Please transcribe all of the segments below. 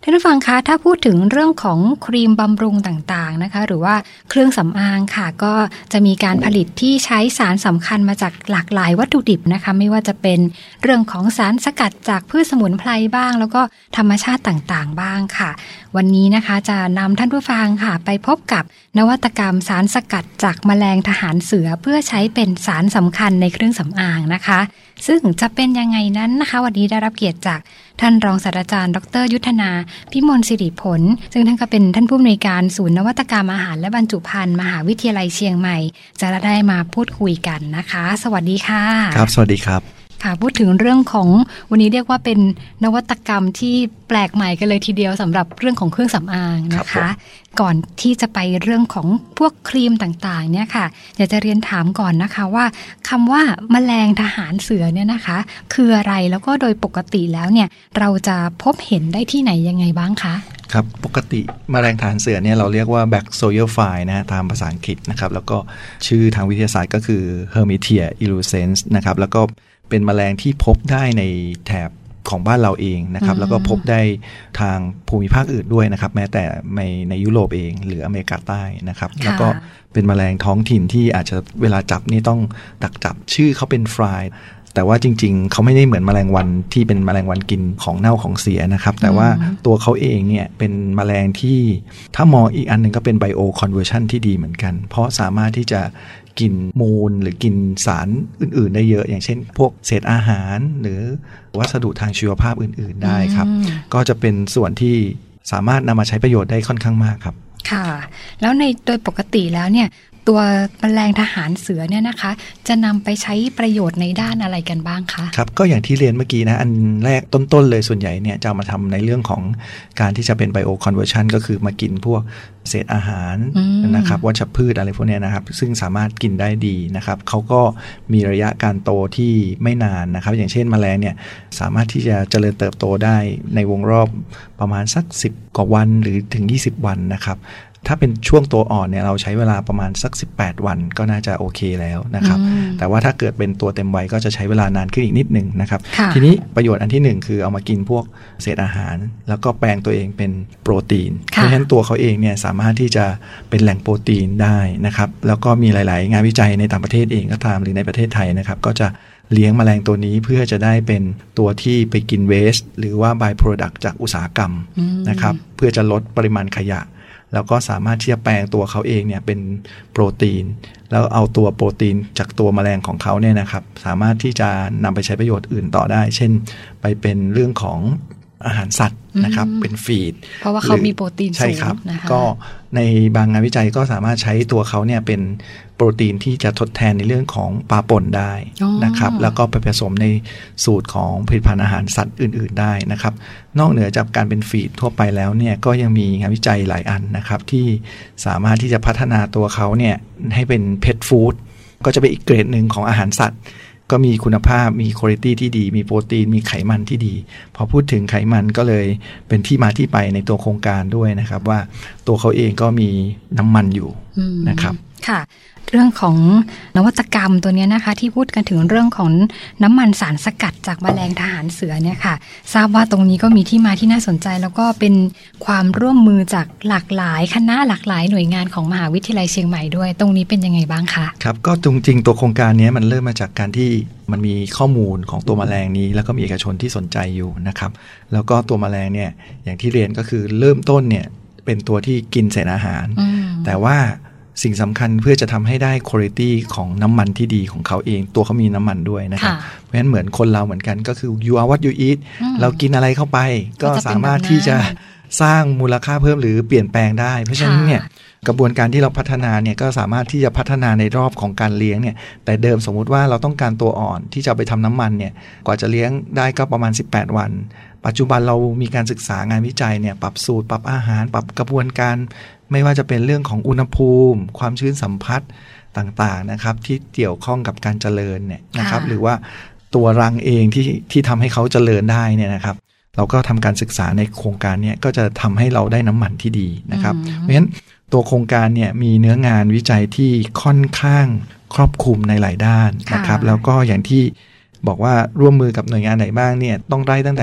ท่านผู้ฟังคะถ้าพูดถึงเรื่องของครีมบำรุงต่างๆนะคะหรือว่าเครื่องสำอางค่ะก็จะมีการผลิตที่ใช้สารสำคัญมาจากหลากหลายวัตถุดิบนะคะไม่ว่าจะเป็นเรื่องของสารสกัดจากพืชสมุนไพรบ้างแล้วก็ธรรมชาติต่างๆบ้างค่ะวันนี้นะคะจะนำท่านผู้ฟังค่ะไปพบกับนวัตกรรมสารสกัดจากแมลงทหารเสือเพื่อใช้เป็นสารสำคัญในเครื่องสำอางนะคะซึ่งจะเป็นยังไงนั้นนะคะวันนี้ได้รับเกียรติจากท่านรองศาสตราจารย์ดร.ยุทธนาพิมลสิริผลซึ่งท่านก็เป็นท่านผู้อำนวยการศูนย์นวัตกรรมอาหารและบรรจุภัณฑ์มหาวิทยาลัยเชียงใหม่จะได้มาพูดคุยกันนะคะสวัสดีค่ะครับสวัสดีครับค่ะพูดถึงเรื่องของวันนี้เรียกว่าเป็นนวัตกรรมที่แปลกใหม่กันเลยทีเดียวสำหรับเรื่องของเครื่องสำอางนะคะก่อนที่จะไปเรื่องของพวกครีมต่างๆเนี่ยค่ะอยากจะเรียนถามก่อนนะคะว่าคำว่าแมลงทหารเสือเนี่ยนะคะคืออะไรแล้วก็โดยปกติแล้วเนี่ยเราจะพบเห็นได้ที่ไหนยังไงบ้างคะครับปกติแมลงทหารเสือเนี่ยเราเรียกว่า Bacillophy นะตามภาษาอังกฤษนะครับแล้วก็ชื่อทางวิทยาศาสตร์ก็คือ Hermetia illucens นะครับแล้วก็เป็นแมลงที่พบได้ในแถบของบ้านเราเองนะครับแล้วก็พบได้ทางภูมิภาคอื่นด้วยนะครับแม้แต่ในยุโรปเองหรืออเมริกาใต้นะครับแล้วก็เป็นแมลงท้องถิ่นที่อาจจะเวลาจับนี่ต้องดักจับชื่อเขาเป็นฟลายแต่ว่าจริงๆเขาไม่ได้เหมือนแมลงวันที่เป็นแมลงวันกินของเน่าของเสียนะครับแต่ว่าตัวเขาเองเนี่ยเป็นแมลงที่ถ้ามองอีกอันนึงก็เป็นไบโอคอนเวอร์ชันที่ดีเหมือนกันเพราะสามารถที่จะกินมูลหรือกินสารอื่นๆได้เยอะอย่างเช่นพวกเศษอาหารหรือวัสดุทางชีวภาพอื่นๆได้ครับก็จะเป็นส่วนที่สามารถนำมาใช้ประโยชน์ได้ค่อนข้างมากครับค่ะแล้วในโดยปกติแล้วเนี่ยตัวแมลงทหารเสือเนี่ยนะคะจะนำไปใช้ประโยชน์ในด้านอะไรกันบ้างคะครับก็อย่างที่เรียนเมื่อกี้นะอันแรกต้นๆเลยส่วนใหญ่เนี่ยจะมาทำในเรื่องของการที่จะเป็นไบโอคอนเวอร์ชันก็คือมากินพวกเศษอาหารนะครับวัชพืชอะไรพวกนี้นะครับซึ่งสามารถกินได้ดีนะครับเขาก็มีระยะการโตที่ไม่นานนะครับอย่างเช่นแมลงเนี่ยสามารถที่จะเจริญเติบโตได้ในวงรอบประมาณสัก10กว่าวันหรือถึง20วันนะครับถ้าเป็นช่วงตัวอ่อนเนี่ยเราใช้เวลาประมาณสัก18วันก็น่าจะโอเคแล้วนะครับแต่ว่าถ้าเกิดเป็นตัวเต็มวัยก็จะใช้เวลานานขึ้นอีกนิดนึงนะครับทีนี้ประโยชน์อันที่1คือเอามากินพวกเศษอาหารแล้วก็แปลงตัวเองเป็นโปรตีนเพราะฉะนั้นตัวเขาเองเนี่ยสามารถที่จะเป็นแหล่งโปรตีนได้นะครับแล้วก็มีหลายๆงานวิจัยในต่างประเทศเองก็ตามหรือในประเทศไทยนะครับก็จะเลี้ยงแมลงตัวนี้เพื่อจะได้เป็นตัวที่ไปกินเวสต์หรือว่า by product จากอุตสาหกรรมนะครับเพื่อจะลดปริมาณขยะแล้วก็สามารถที่จะแปลงตัวเขาเองเนี่ยเป็นโปรตีนแล้วเอาตัวโปรตีนจากตัวแมลงของเขาเนี่ยนะครับสามารถที่จะนำไปใช้ประโยชน์อื่นต่อได้เช่นไปเป็นเรื่องของอาหารสัตว์นะครับเป็นฟีดเพราะว่าเขามีโปรตีนสูงนะคะก็ในบางงานวิจัยก็สามารถใช้ตัวเขาเนี่ยเป็นโปรตีนที่จะทดแทนในเรื่องของปลาป่นได้นะครับแล้วก็ไปผสมในสูตรของผลิตภัณฑ์อาหารสัตว์อื่นๆได้นะครับนอกเหนือจากการเป็นฟีดทั่วไปแล้วเนี่ยก็ยังมีงานวิจัยหลายอันนะครับที่สามารถที่จะพัฒนาตัวเขาเนี่ยให้เป็นเพทฟู้ดก็จะเป็นอีกเกรดหนึ่งของอาหารสัตว์ก็มีคุณภาพมีคุณภาพที่ดีมีโปรตีนมีไขมันที่ดีพอพูดถึงไขมันก็เลยเป็นที่มาที่ไปในตัวโครงการด้วยนะครับว่าตัวเขาเองก็มีน้ำมันอยู่นะครับค่ะเรื่องของนวัตกรรมตัวนี้นะคะที่พูดกันถึงเรื่องของน้ำมันสารสกัดจากแมลงทหารเสือเนี่ยค่ะทราบว่าตรงนี้ก็มีที่มาที่น่าสนใจแล้วก็เป็นความร่วมมือจากหลากหลายคณะหลากหลายหน่วยงานของมหาวิทยาลัยเชียงใหม่ด้วยตรงนี้เป็นยังไงบ้างคะครับก็จริงๆตัวโครงการนี้มันเริ่มมาจากการที่มันมีข้อมูลของตัวแมลงนี้แล้วก็มีเอกชนที่สนใจอยู่นะครับแล้วก็ตัวแมลงเนี่ยอย่างที่เรียนก็คือเริ่มต้นเนี่ยเป็นตัวที่กินเศษอาหารแต่ว่าสิ่งสำคัญเพื่อจะทำให้ได้คุณภาพของน้ำมันที่ดีของเขาเองตัวเขามีน้ำมันด้วยนะครับเพราะฉะนั้นเหมือนคนเราเหมือนกันก็คือ you are what you eat เรากินอะไรเข้าไปก็สามารถที่จะสร้างมูลค่าเพิ่มหรือเปลี่ยนแปลงได้เพราะฉะนั้นเนี่ยกระบวนการที่เราพัฒนาเนี่ยก็สามารถที่จะพัฒนาในรอบของการเลี้ยงเนี่ยแต่เดิมสมมุติว่าเราต้องการตัวอ่อนที่จะไปทำน้ำมันเนี่ยกว่าจะเลี้ยงได้ก็ประมาณ18วันปัจจุบันเรามีการศึกษางานวิจัยเนี่ยปรับสูตรปรับอาหารปรับกระบวนการไม่ว่าจะเป็นเรื่องของอุณหภูมิความชื้นสัมผัสต่างๆนะครับที่เกี่ยวข้องกับการเจริญเนี่ยนะครับหรือว่าตัวรังเองที่ทำให้เขาเจริญได้เนี่ยนะครับเราก็ทำการศึกษาในโครงการนี้ก็จะทำให้เราได้น้ำมันที่ดีนะครับเพราะฉะนั้นตัวโครงการเนี่ยมีเนื้องานวิจัยที่ค่อนข้างครอบคลุมในหลายด้านนะครับแล้วก็อย่างที่บอกว่าร่วมมือกับหน่วยงานไหนบ้างเนี่ยต้องได้ตั้งแต่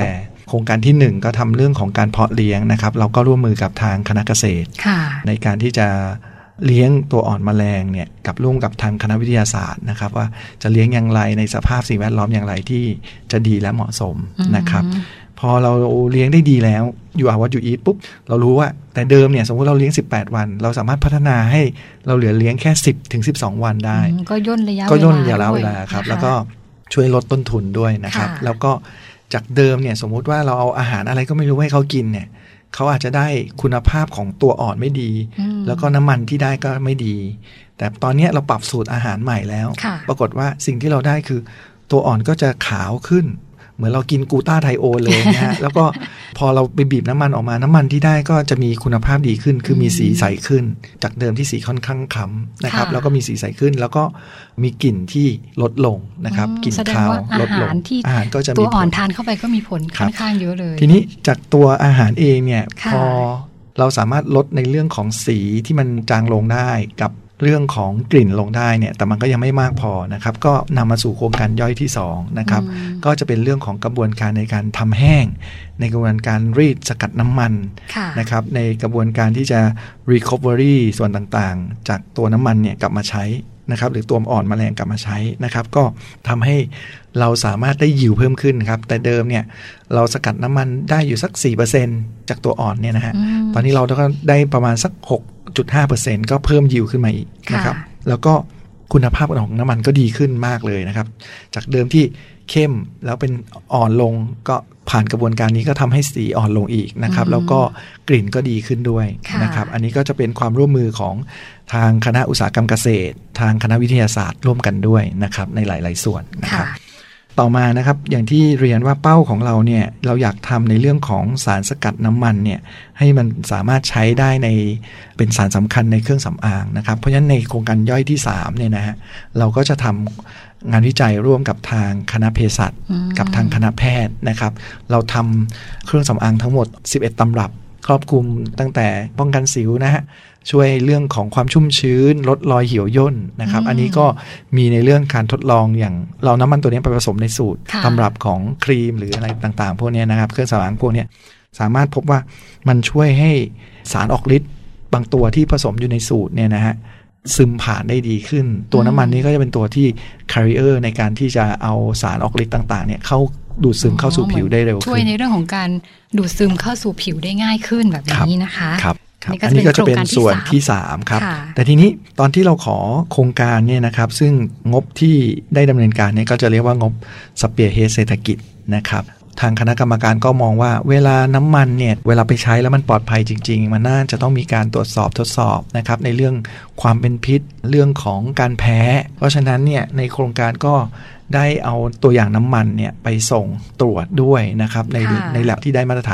โครงการที่1ก็ทำเรื่องของการเพาะเลี้ยงนะครับเราก็ร่วมมือกับทางคณะเกษตรในการที่จะเลี้ยงตัวอ่อนแมลงเนี่ยกับร่วมกับทางคณะวิทยาศาสตร์นะครับว่าจะเลี้ยงอย่างไรในสภาพสิ่งแวดล้อมอย่างไรที่จะดีและเหมาะสมนะครับพอเราเลี้ยงได้ดีแล้วอยู่what you eatปุ๊บเรารู้ว่าแต่เดิมเนี่ยสมมติเราเลี้ยง18วันเราสามารถพัฒนาให้เราเหลือเลี้ยงแค่10 ถึง 12 วันได้ก็ย่นระยะเวลาครับแล้วก็ช่วยลดต้นทุนด้วยนะครับแล้วก็จากเดิมเนี่ยสมมุติว่าเราเอาอาหารอะไรก็ไม่รู้ให้เขากินเนี่ยเขาอาจจะได้คุณภาพของตัวอ่อนไม่ดีแล้วก็น้ำมันที่ได้ก็ไม่ดีแต่ตอนนี้เราปรับสูตรอาหารใหม่แล้วปรากฏว่าสิ่งที่เราได้คือตัวอ่อนก็จะขาวขึ้นเหมือนเรากินกูต้าไทโอนเลยนะฮะ แล้วก็พอเราไปบีบน้ำมันออกมาน้ำมันที่ได้ก็จะมีคุณภาพดีขึ้นคือมีสีใสขึ้นจากเดิมที่สีค่อนข้างค้ำนะครับแล้วก็มีสีใสขึ้นแล้วก็มีกลิ่นที่ลดลงนะครับกลิ่นคาวลดลงอาหารก็จะตัวอ่อนทานเข้าไปก็มีผลค่อนข้างเยอะเลยทีนี้จากตัวอาหารเองเนี่ยพอเราสามารถลดในเรื่องของสีที่มันจางลงได้กับเรื่องของกลิ่นลงได้เนี่ยแต่มันก็ยังไม่มากพอนะครับก็นำมาสู่โครงการย่อยที่2นะครับก็จะเป็นเรื่องของกระบวนการในการทำแห้งในกระบวนการรีดสกัดน้ำมันนะครับในกระบวนการที่จะ recovery ส่วนต่างๆจากตัวน้ำมันเนี่ยกลับมาใช้นะครับหรือตัวอ่อนแมลงกลับมาใช้นะครับก็ทำให้เราสามารถได้ยิวเพิ่มขึ้นครับแต่เดิมเนี่ยเราสกัดน้ำมันได้อยู่สัก 4% จากตัวอ่อนเนี่ยนะฮะตอนนี้เราก็ได้ประมาณสัก 6.5% ก็เพิ่มยิวขึ้นมาอีกนะครับแล้วก็คุณภาพของน้ำมันก็ดีขึ้นมากเลยนะครับจากเดิมที่เข้มแล้วเป็นอ่อนลงก็ผ่านกระบวนการนี้ก็ทำให้สีอ่อนลงอีกนะครับแล้วก็กลิ่นก็ดีขึ้นด้วยนะครับอันนี้ก็จะเป็นความร่วมมือของทางคณะอุตสาหกรรมเกษตรทางคณะวิทยาศาสตร์ร่วมกันด้วยนะครับในหลายๆส่วนนะครับต่อมานะครับอย่างที่เรียนว่าเป้าของเราเนี่ยเราอยากทำในเรื่องของสารสกัดน้ำมันเนี่ยให้มันสามารถใช้ได้ในเป็นสารสำคัญในเครื่องสำอางนะครับเพราะฉะนั้นในโครงการย่อยที่3เนี่ยนะฮะเราก็จะทำงานวิจัยร่วมกับทางคณะเภสัชกับทางคณะแพทย์นะครับเราทำเครื่องสำอางทั้งหมด11ตำรับครอบคลุมตั้งแต่ป้องกันสิวนะฮะช่วยเรื่องของความชุ่มชื้นลดรอยเหี่ยวย่นนะครับอันนี้ก็มีในเรื่องการทดลองอย่างเราน้ำมันตัวนี้ไปผสมในสูตรตำรับของครีมหรืออะไรต่างๆพวกนี้นะครับเครื่องสำอางพวกนี้สามารถพบว่ามันช่วยให้สารออกฤทธิ์บางตัวที่ผสมอยู่ในสูตรเนี่ยนะฮะซึมผ่านได้ดีขึ้นตัวน้ำมันนี้ก็จะเป็นตัวที่ carrier ในการที่จะเอาสารออกฤทธิ์ต่างๆเนี่ยเข้าดูดซึมเข้าสู่ผิวได้เร็วขึ้นช่วยในเรื่องของการดูดซึมเข้าสู่ผิวได้ง่ายขึ้นแบบนี้นะคะอันนี้ก็จะเป็นส่วนที่3ครับแต่ทีนี้ตอนที่เราขอโครงการเนี่ยนะครับซึ่งงบที่ได้ดำเนินการเนี่ยก็จะเรียกว่างบสเปียร์เฮดเศรษฐกิจนะครับทางคณะกรรมการก็มองว่าเวลาน้ำมันเนี่ยเวลาไปใช้แล้วมันปลอดภัยจริงๆมันน่าจะต้องมีการตรวจสอบทดสอบนะครับในเรื่องความเป็นพิษเรื่องของการแพ้เพราะฉะนั้นเนี่ยในโครงการก็ได้เอาตัวอย่างน้ำมันเนี่ยไปส่งตรวจด้วยนะครับในแลบที่ได้มาตรฐาน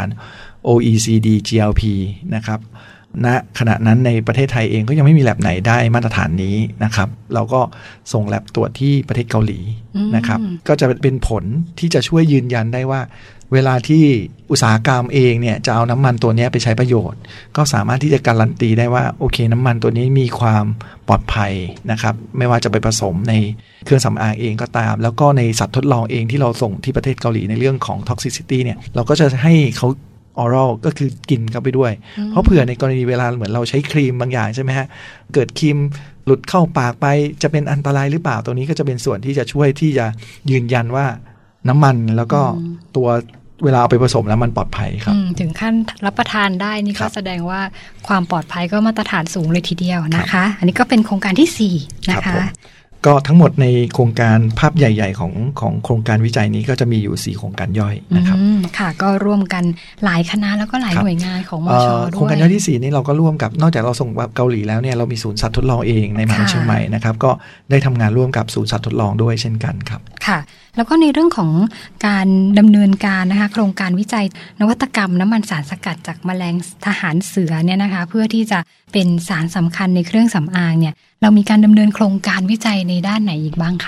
OECD GLP นะครับณขณะนั้นในประเทศไทยเองก็ยังไม่มีแลบไหนได้มาตรฐานนี้นะครับเราก็ส่งแลบตรวจที่ประเทศเกาหลีนะครับก็จะเป็นผลที่จะช่วยยืนยันได้ว่าเวลาที่อุตสาหกรรมเองเนี่ยจะเอาน้ำมันตัวนี้ไปใช้ประโยชน์ก็สามารถที่จะการันตีได้ว่าโอเคน้ำมันตัวนี้มีความปลอดภัยนะครับไม่ว่าจะไปผสมในเครื่องสำอางเองก็ตามแล้วก็ในสัตว์ทดลองเองที่เราส่งที่ประเทศเกาหลีในเรื่องของ toxicity เนี่ยเราก็จะให้เขาoral ก็คือกินเข้าไปด้วยเพราะเผื่อในกรณีเวลาเหมือนเราใช้ครีมบางอย่างใช่ไหมฮะเกิดครีมหลุดเข้าปากไปจะเป็นอันตรายหรือเปล่าตัวนี้ก็จะเป็นส่วนที่จะช่วยที่จะยืนยันว่าน้ำมันแล้วก็ตัวเวลาเอาไปผสมแล้วมันปลอดภัยครับถึงขั้นรับประทานได้นี่ก็แสดงว่าความปลอดภัยก็มาตรฐานสูงเลยทีเดียวนะคะอันนี้ก็เป็นโครงการที่4นะคะก็ทั้งหมดในโครงการภาพใหญ่ๆของโครงการวิจัยนี้ก็จะมีอยู่4โครงการย่อยนะครับค่ะก็ร่วมกันหลายคณะแล้วก็หลายหน่วยงานของมช.ด้วยโครงการย่อยที่4นี้เราก็ร่วมกับนอกจากเราส่งเกาหลีแล้วเนี่ยเรามีศูนย์สัตว์ทดลองเองในมหาวิทยาลัยเชียงใหม่นะครับก็ได้ทำงานร่วมกับศูนย์สัตว์ทดลองด้วยเช่นกันครับค่ะแล้วก็ในเรื่องของการดำเนินการนะคะโครงการวิจัยนวัตกรรมน้ำมันสารสกัดจากแมลงทหารเสือเนี่ยนะคะเพื่อที่จะเป็นสารสำคัญในเครื่องสำอางเนี่ยเรามีการดำเนินโครงการวิจัยในด้านไหนอีกบ้างคะ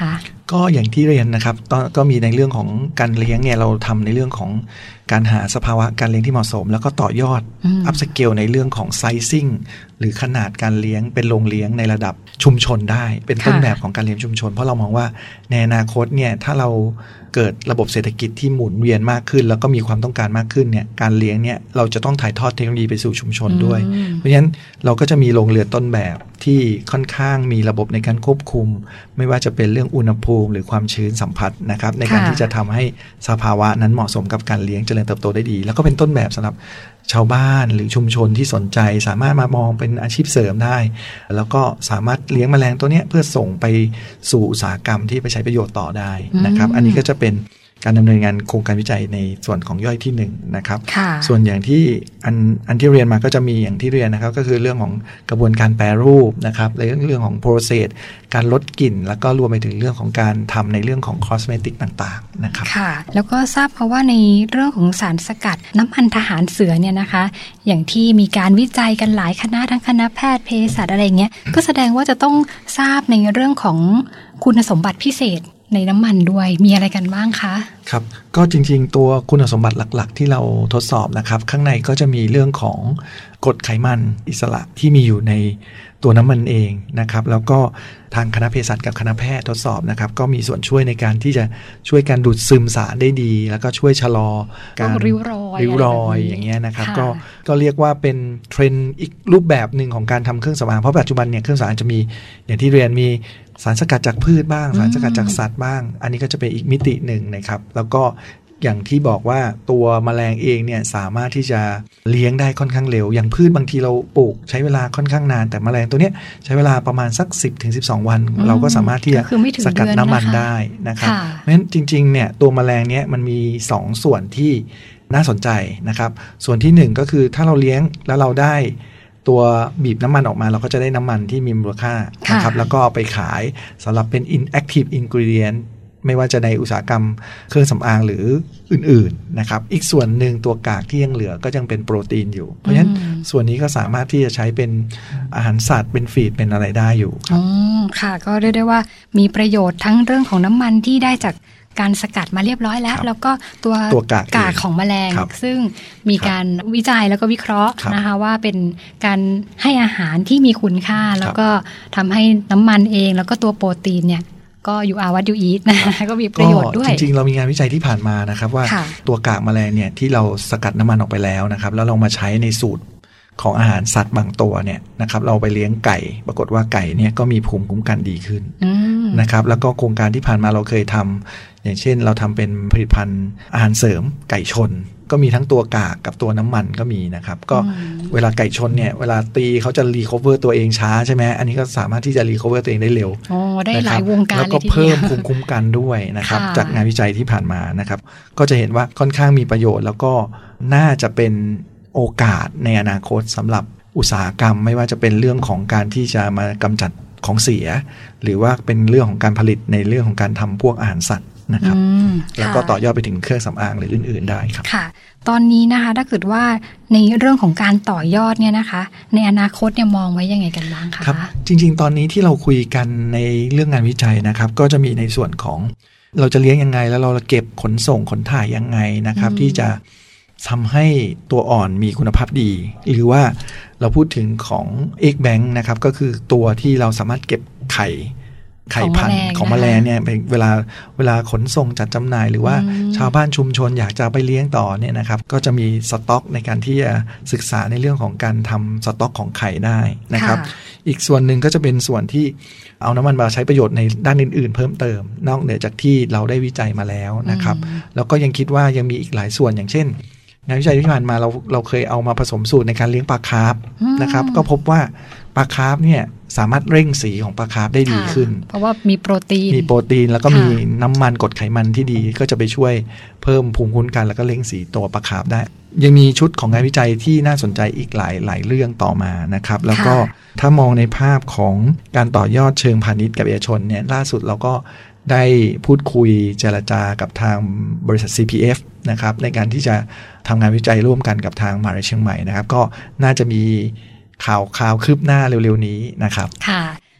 ก็อย่างที่เรียนนะครับก็มีในเรื่องของการเลี้ยงเนี่ยเราทำในเรื่องของการหาสภาวะการเลี้ยงที่เหมาะสมแล้วก็ต่อยอดอัพสเกลในเรื่องของไซซิ่งหรือขนาดการเลี้ยงเป็นโรงเลี้ยงในระดับชุมชนได้เป็นต้นแบบของการเลี้ยงชุมชนเพราะเรามองว่าในอนาคตเนี่ยถ้าเราเกิดระบบเศรษฐกิจที่หมุนเวียนมากขึ้นแล้วก็มีความต้องการมากขึ้นเนี่ยการเลี้ยงเนี่ยเราจะต้องถ่ายทอดเทคโนโลยีไปสู่ชุมชนด้วยเพราะฉะนั้นเราก็จะมีโรงเรือนต้นแบบที่ค่อนข้างมีระบบในการควบคุมไม่ว่าจะเป็นเรื่องอุณหภูมิหรือความชื้นสัมผัสนะครับในการที่จะทำให้สภาวะนั้นเหมาะสมกับการเลี้ยงเจริญเติบโตได้ดีแล้วก็เป็นต้นแบบสำหรับชาวบ้านหรือชุมชนที่สนใจสามารถมามองเป็นอาชีพเสริมได้แล้วก็สามารถเลี้ยงแมลงตัวนี้เพื่อส่งไปสู่อุตสาหกรรมที่ไปใช้ประโยชน์ต่อได้นะครับอันนี้ก็จะเป็นการดำเนินงานโครงการวิจัยในส่วนของย่อยที่1นะครับส่วนอย่างที่อันที่เรียนมาก็จะมีอย่างที่เรียนนะครับก็คือเรื่องของกระบวนการแปรรูปนะครับในเรื่องของ process การลดกลิ่นแล้วก็รวมไปถึงเรื่องของการทำในเรื่องของ cosmetic ต่างๆนะครับค่ะแล้วก็ทราบเพราะว่าในเรื่องของสารสกัดน้ำมันทหารเสือเนี่ยนะคะอย่างที่มีการวิจัยกันหลายคณะทั้งคณะแพทย์เภสัชอะไรเงี้ยก็แสดงว่าจะต้องทราบในเรื่องของคุณสมบัติพิเศษในน้ำมันด้วยมีอะไรกันบ้างคะครับก็จริงๆตัวคุณสมบัติหลักๆที่เราทดสอบนะครับข้างในก็จะมีเรื่องของกรดไขมันอิสระที่มีอยู่ในตัวน้ำมันเองนะครับแล้วก็ทางคณะเภสัชกับคณะแพทย์ทดสอบนะครับก็มีส่วนช่วยในการที่จะช่วยการดูดซึมสารได้ดีแล้วก็ช่วยชะลอการริ้วรอยอย่างเงี้ยนะครับก็เรียกว่าเป็นเทรนด์อีกรูปแบบหนึ่งของการทำเครื่องสำอางเพราะปัจจุบันเนี่ยเครื่องสำอางจะมีอย่างที่เรียนมีสารสกัดจากพืชบ้างสารสกัดจากสัตว์บ้างอันนี้ก็จะเป็นอีกมิติหนึ่งนะครับแล้วก็อย่างที่บอกว่าตัวแมลงเองเนี่ยสามารถที่จะเลี้ยงได้ค่อนข้างเร็วอย่างพืชบางทีเราปลูกใช้เวลาค่อนข้างนานแต่แมลงตัวเนี้ยใช้เวลาประมาณสัก 10-12 วันเราก็สามารถที่จะสกัดน้ำมันได้นะครับเพราะฉะนั้นจริงๆเนี่ยตัวแมลงเนี้ยมันมี2ส่วนที่น่าสนใจนะครับส่วนที่1ก็คือถ้าเราเลี้ยงแล้วเราได้ตัวบีบน้ำมันออกมาเราก็จะได้น้ำมันที่มีมูลค่านะครับแล้วก็เอาไปขายสำหรับเป็น inactive ingredient ไม่ว่าจะในอุตสาหกรรมเครื่องสำอางหรืออื่นๆนะครับอีกส่วนหนึ่งตัวกากที่ยังเหลือก็ยังเป็นโปรตีนอยู่เพราะฉะนั้นส่วนนี้ก็สามารถที่จะใช้เป็นอาหารสัตว์เป็นฟีดเป็นอะไรได้อยู่ค่ะก็เรียกได้ว่ามีประโยชน์ทั้งเรื่องของน้ำมันที่ได้จากการสกัดมาเรียบร้อยแล้วแล้วก็ตัวกากของแมลงซึ่งมีการวิจัยแล้วก็วิเคราะห์นะคะว่าเป็นการให้อาหารที่มีคุณค่าแล้วก็ทำให้น้ำมันเองแล้วก็ตัวโปรตีนเนี่ยก็you are what you eatนะก็มีประโยชน์ด้วยจริงๆเรามีงานวิจัยที่ผ่านมานะครับว่าตัวกากแมลงเนี่ยที่เราสกัดน้ำมันออกไปแล้วนะครับแล้วเรามาใช้ในสูตรของอาหารสัตว์บางตัวเนี่ยนะครับเราไปเลี้ยงไก่ปรากฏว่าไก่เนี่ยก็มีภูมิคุ้มกันดีขึ้นนะครับแล้วก็โครงการที่ผ่านมาเราเคยทำอย่างเช่นเราทำเป็นผลิตภัณฑ์อาหารเสริมไก่ชนก็มีทั้งตัวกากกับตัวน้ำมันก็มีนะครับก็เวลาไก่ชนเนี่ยเวลาตีเขาจะรีคอเวอร์ตัวเองช้าใช่ไหมอันนี้ก็สามารถที่จะรีคอเวอร์ตัวเองได้เร็วได้หลายวงการแล้วก็เพิ่มภูมิคุ้มกันด้วยนะครับจากงานวิจัยที่ผ่านมานะครับก็จะเห็นว่าค่อนข้างมีประโยชน์แล้วก็น่าจะเป็นโอกาสในอนาคตสำหรับอุตสาหกรรมไม่ว่าจะเป็นเรื่องของการที่จะมากำจัดของเสียหรือว่าเป็นเรื่องของการผลิตในเรื่องของการทำพวกอาหารสัตว์นะครับแล้วก็ต่อยอดไปถึงเครื่องสำอางหรืออื่นๆได้ครับค่ะตอนนี้นะคะถ้าเกิดว่าในเรื่องของการต่อยอดเนี่ยนะคะในอนาคตเนี่ยมองไว้ยังไงกันบ้างคะครับจริงๆตอนนี้ที่เราคุยกันในเรื่องงานวิจัยนะครับก็จะมีในส่วนของเราจะเลี้ยงยังไงแล้วเราเก็บขนส่งขนถ่ายยังไงนะครับที่จะทำให้ตัวอ่อนมีคุณภาพดีหรือว่าเราพูดถึงของ egg bank นะครับก็คือตัวที่เราสามารถเก็บไข่พันธุ์ของแมลงเนี่ยเวลาขนส่งจัดจำหน่ายหรือว่าชาวบ้านชุมชนอยากจะไปเลี้ยงต่อเนี่ยนะครับก็จะมีสต็อกในการที่จะศึกษาในเรื่องของการทำสต็อกของไข่ได้นะครับอีกส่วนหนึ่งก็จะเป็นส่วนที่เอาน้ำมันมาใช้ประโยชน์ในด้านอื่นๆเพิ่มเติมนอกเหนือจากที่เราได้วิจัยมาแล้วนะครับแล้วก็ยังคิดว่ายังมีอีกหลายส่วนอย่างเช่นงานวิจัยที่ผ่านมาเราเคยเอามาผสมสูตรในการเลี้ยงปลาคาร์ฟนะครับก็พบว่าปลาคาร์ฟเนี่ยสามารถเร่งสีของปลาคาร์ฟได้ดีขึ้นเพราะว่ามีโปรตีนแล้วก็มีน้ำมันกรดไขมันที่ดีก็จะไปช่วยเพิ่มภูมิคุ้มกันแล้วก็เร่งสีตัวปลาคาร์ฟได้ยังมีชุดของงานวิจัยที่น่าสนใจอีกหลายเรื่องต่อมานะครับแล้วก็ถ้ามองในภาพของการต่อยอดเชิงพาณิชย์กับเอกชนเนี่ยล่าสุดเราก็ได้พูดคุยเจรจากับทางบริษัท CPF นะครับในการที่จะทำงานวิจัยร่วมกันกับทางมหาวิทยาลัยเชียงใหม่นะครับก็น่าจะมีข่าวคืบหน้าเร็วๆนี้นะครับค่ะ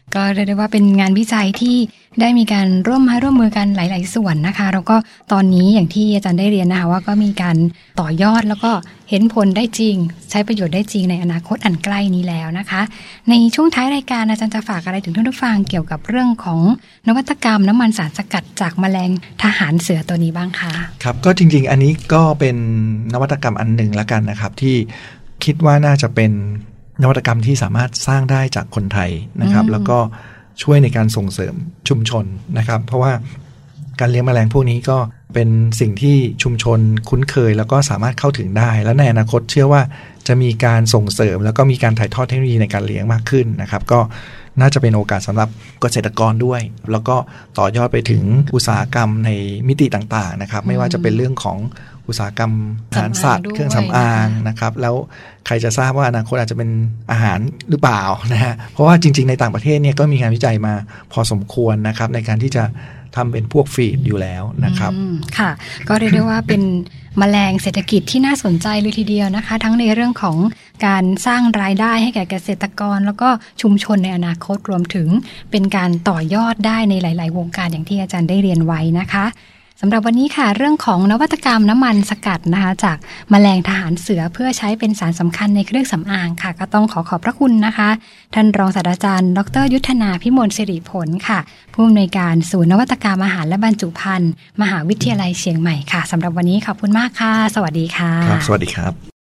ก็เรียกได้ว่าเป็นงานวิจัยที่ได้มีการร่วมมือกันหลายๆส่วนนะคะแล้วก็ตอนนี้อย่างที่อาจารย์ได้เรียนนะคะว่าก็มีการต่อยอดแล้วก็เห็นผลได้จริงใช้ประโยชน์ได้จริงในอนาคตอันใกล้นี้แล้วนะคะในช่วงท้ายรายการอาจารย์จะฝากอะไรถึงท่านผู้ฟังเกี่ยวกับเรื่องของนวัตกรรมน้ำมันสารสกัดจากแมลงทหารเสือตัวนี้บ้างคะครับก็จริงๆอันนี้ก็เป็นนวัตกรรมอันหนึ่งละกันนะครับที่คิดว่าน่าจะเป็นนวัตกรรมที่สามารถสร้างได้จากคนไทยนะครับแล้วก็ช่วยในการส่งเสริมชุมชนนะครับเพราะว่าการเลี้ยงแมลงพวกนี้ก็เป็นสิ่งที่ชุมชนคุ้นเคยแล้วก็สามารถเข้าถึงได้และในอนาคตเชื่อว่าจะมีการส่งเสริมแล้วก็มีการถ่ายทอดเทคโนโลยีในการเลี้ยงมากขึ้นนะครับก็น่าจะเป็นโอกาสสำหรับเกษตรกรด้วยแล้วก็ต่อยอดไปถึงอุตสาหกรรมในมิติต่างๆนะครับไม่ว่าจะเป็นเรื่องของอุตสาหกรรมอาหารสัตว์เครื่องสำอางนะครับแล้วใครจะทราบว่าอนาคตอาจจะเป็นอาหารหรือเปล่านะฮะเพราะว่าจริงๆในต่างประเทศเนี่ยก็มีงานวิจัยมาพอสมควรนะครับในการที่จะทำเป็นพวกฟีดอยู่แล้วนะครับค่ะก็เรียกได้ว่าเป็นแมลงเศรษฐกิจที่น่าสนใจเลยทีเดียวนะคะทั้งในเรื่องของการสร้างรายได้ให้แก่เกษตรกรแล้วก็ชุมชนในอนาคตรวมถึงเป็นการต่อยอดได้ในหลายๆวงการอย่างที่อาจารย์ได้เรียนไว้นะคะสำหรับวันนี้ค่ะเรื่องของนวัตกรรมน้ำมันสกัดนะคะจากแมลงทหารเสือเพื่อใช้เป็นสารสำคัญในเครื่องสำอางค่ะก็ต้องขอบพระคุณนะคะท่านรองศาสตราจารย์ดร.ยุทธนาพิมลสิริผลค่ะผู้อำนวยการศูนย์นวัตกรรมอาหารและบรรจุภัณฑ์มหาวิทยาลัยเชียงใหม่ค่ะสำหรับวันนี้ขอบคุณมากค่ะสวัสดีค่ะครับสวัสดีครับ